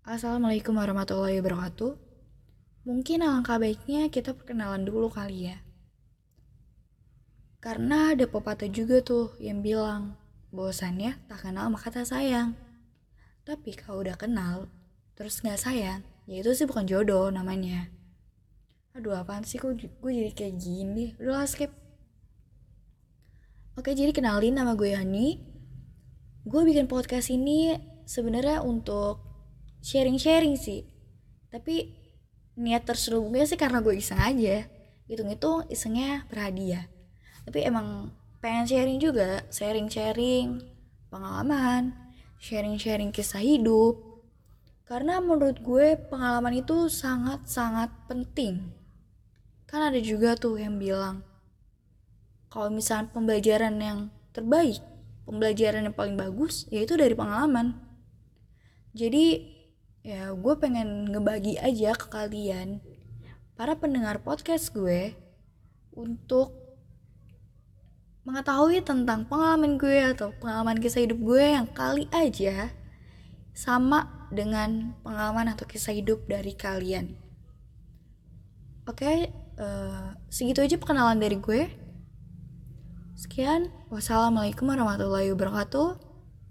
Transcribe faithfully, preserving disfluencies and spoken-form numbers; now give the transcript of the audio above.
Assalamualaikum warahmatullahi wabarakatuh. Mungkin alangkah baiknya kita perkenalan dulu kali ya. Karena ada pepatah juga tuh yang bilang, bahwasannya tak kenal maka tak sayang. Tapi kalau udah kenal, terus gak sayang, ya itu sih bukan jodoh namanya. Aduh apaan sih kok gue jadi kayak gini. Udah lah skip. Oke, jadi kenalin, nama gue Yani. Gue bikin podcast ini sebenarnya untuk sharing-sharing sih. Tapi niat terselubungnya sih karena gue iseng aja. Hitung-hitung isengnya berhadiah. Tapi emang pengen sharing juga, sharing-sharing pengalaman, sharing-sharing kisah hidup. Karena menurut gue pengalaman itu sangat-sangat penting. Kan ada juga tuh yang bilang, kalau misalnya pembelajaran yang terbaik, pembelajaran yang paling bagus, yaitu dari pengalaman. Jadi ya gue pengen ngebagi aja ke kalian, para pendengar podcast gue, untuk mengetahui tentang pengalaman gue atau pengalaman kisah hidup gue yang kali aja sama dengan pengalaman atau kisah hidup dari kalian. Oke, uh, segitu aja perkenalan dari gue. Sekian, wassalamualaikum warahmatullahi wabarakatuh.